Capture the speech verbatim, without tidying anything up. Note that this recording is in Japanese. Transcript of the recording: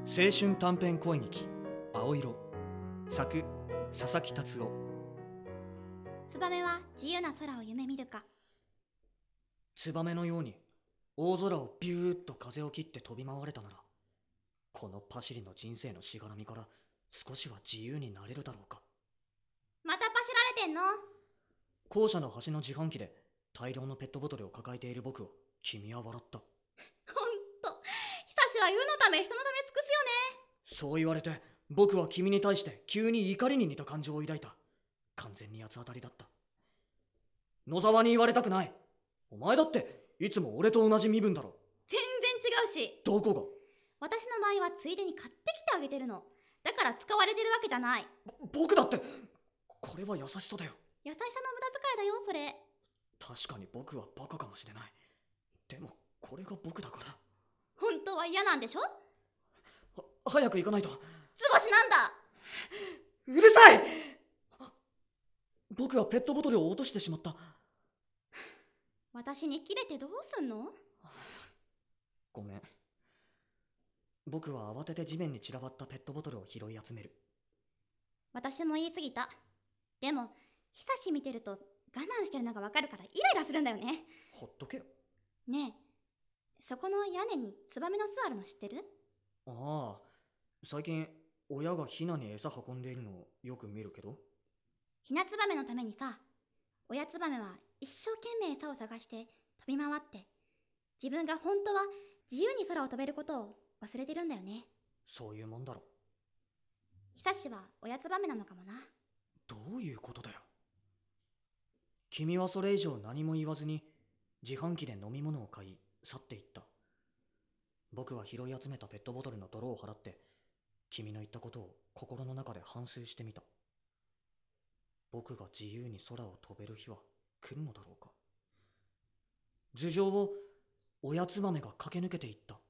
青春短編恋劇青色、作佐々木達夫。 ツバメは自由な空を夢見るか。 ツバメのように大空をビューッと風を切って飛び回れたなら、このパシリの人生のしがらみから少しは自由になれるだろうか。 またパシられてんの？ 校舎の端の自販機で大量のペットボトルを抱えている僕を君は笑った。 ほんと、久しは世のため人のため尽くすよね。 そう言われて僕は君に対して急に怒りに似た感情を抱いた。完全に八つ当たりだった。野沢に言われたくない。お前だっていつも俺と同じ身分だろ。 全然違うし。 どこが？ 私の場合はついでに買ってきてあげてるの。だから使われてるわけじゃない。 僕だって。これは優しさだよ。 優しさの無駄遣いだよ、それ。 確かに僕はバカかもしれない。でもこれが僕だから。 本当は嫌なんでしょ？ は早く行かないと。 図星なんだ。 うるさい。僕はペットボトルを落としてしまった。 私にキレてどうすんの？ ごめん。僕は慌てて地面に散らばったペットボトルを拾い集める。 私も言い過ぎた。でも久し見てると我慢してるのがわかるからイライラするんだよね。 ほっとけよ。 ねえ、そこの屋根にツバメの巣あるの知ってる？ ああ、最近親がヒナに餌運んでいるのをよく見るけど。 ヒナツバメのためにさ、親ツバメは一生懸命餌を探して飛び回って、自分が本当は自由に空を飛べることを忘れてるんだよね。 そういうもんだろ。 久しは親ツバメなのかもな。 どういうことだよ。君はそれ以上何も言わずに自販機で飲み物を買い去っていった。僕は拾い集めたペットボトルの泥を払って君の言ったことを心の中で反芻してみた。僕が自由に空を飛べる日は来るのだろうか。頭上を親ツバメが駆け抜けていった。